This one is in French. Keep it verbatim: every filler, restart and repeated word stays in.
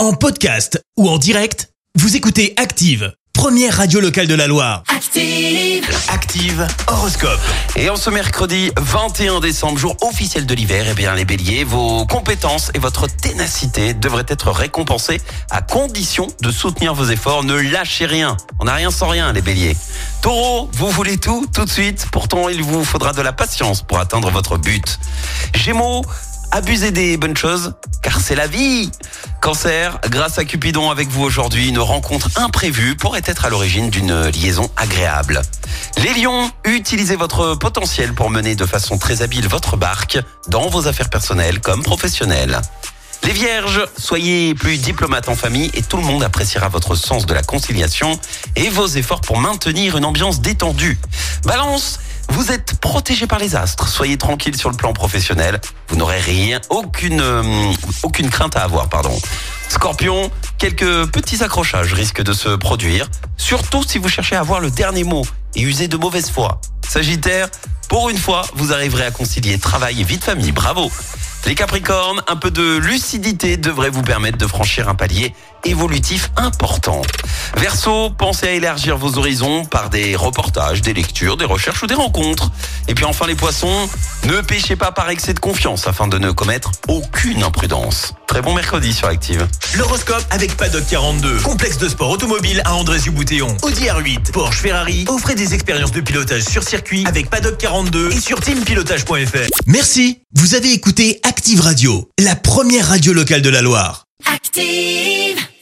En podcast ou en direct, vous écoutez Active, première radio locale de la Loire. Active, Active horoscope. Et en ce mercredi vingt et un décembre, jour officiel de l'hiver, eh bien les béliers, vos compétences et votre ténacité devraient être récompensées à condition de soutenir vos efforts. Ne lâchez rien. On n'a rien sans rien, les béliers. Taureau, vous voulez tout, tout de suite. Pourtant, il vous faudra de la patience pour atteindre votre but. Gémeaux, abusez des bonnes choses, car c'est la vie. Cancer, grâce à Cupidon avec vous aujourd'hui, une rencontre imprévue pourrait être à l'origine d'une liaison agréable. Les lions, utilisez votre potentiel pour mener de façon très habile votre barque dans vos affaires personnelles comme professionnelles. Les vierges, soyez plus diplomates en famille et tout le monde appréciera votre sens de la conciliation et vos efforts pour maintenir une ambiance détendue. Balance, vous êtes protégé par les astres. Soyez tranquille sur le plan professionnel. Vous n'aurez rien, aucune, euh, aucune crainte à avoir, pardon. Scorpion, quelques petits accrochages risquent de se produire, surtout si vous cherchez à avoir le dernier mot et usez de mauvaise foi. Sagittaire, pour une fois, vous arriverez à concilier travail et vie de famille. Bravo. Les Capricornes, un peu de lucidité devrait vous permettre de franchir un palier évolutif important. Verseau, pensez à élargir vos horizons par des reportages, des lectures, des recherches ou des rencontres. Et puis enfin les poissons, ne péchez pas par excès de confiance afin de ne commettre aucune imprudence. Très bon mercredi sur Active. L'horoscope avec Paddock quarante-deux, complexe de sport automobile à Andrézieux-Bouthéon. Audi R huit, Porsche, Ferrari, offrez des expériences de pilotage sur circuit avec Paddock quarante-deux et sur team pilotage point f r. Merci, vous avez écouté Active Radio, la première radio locale de la Loire. active.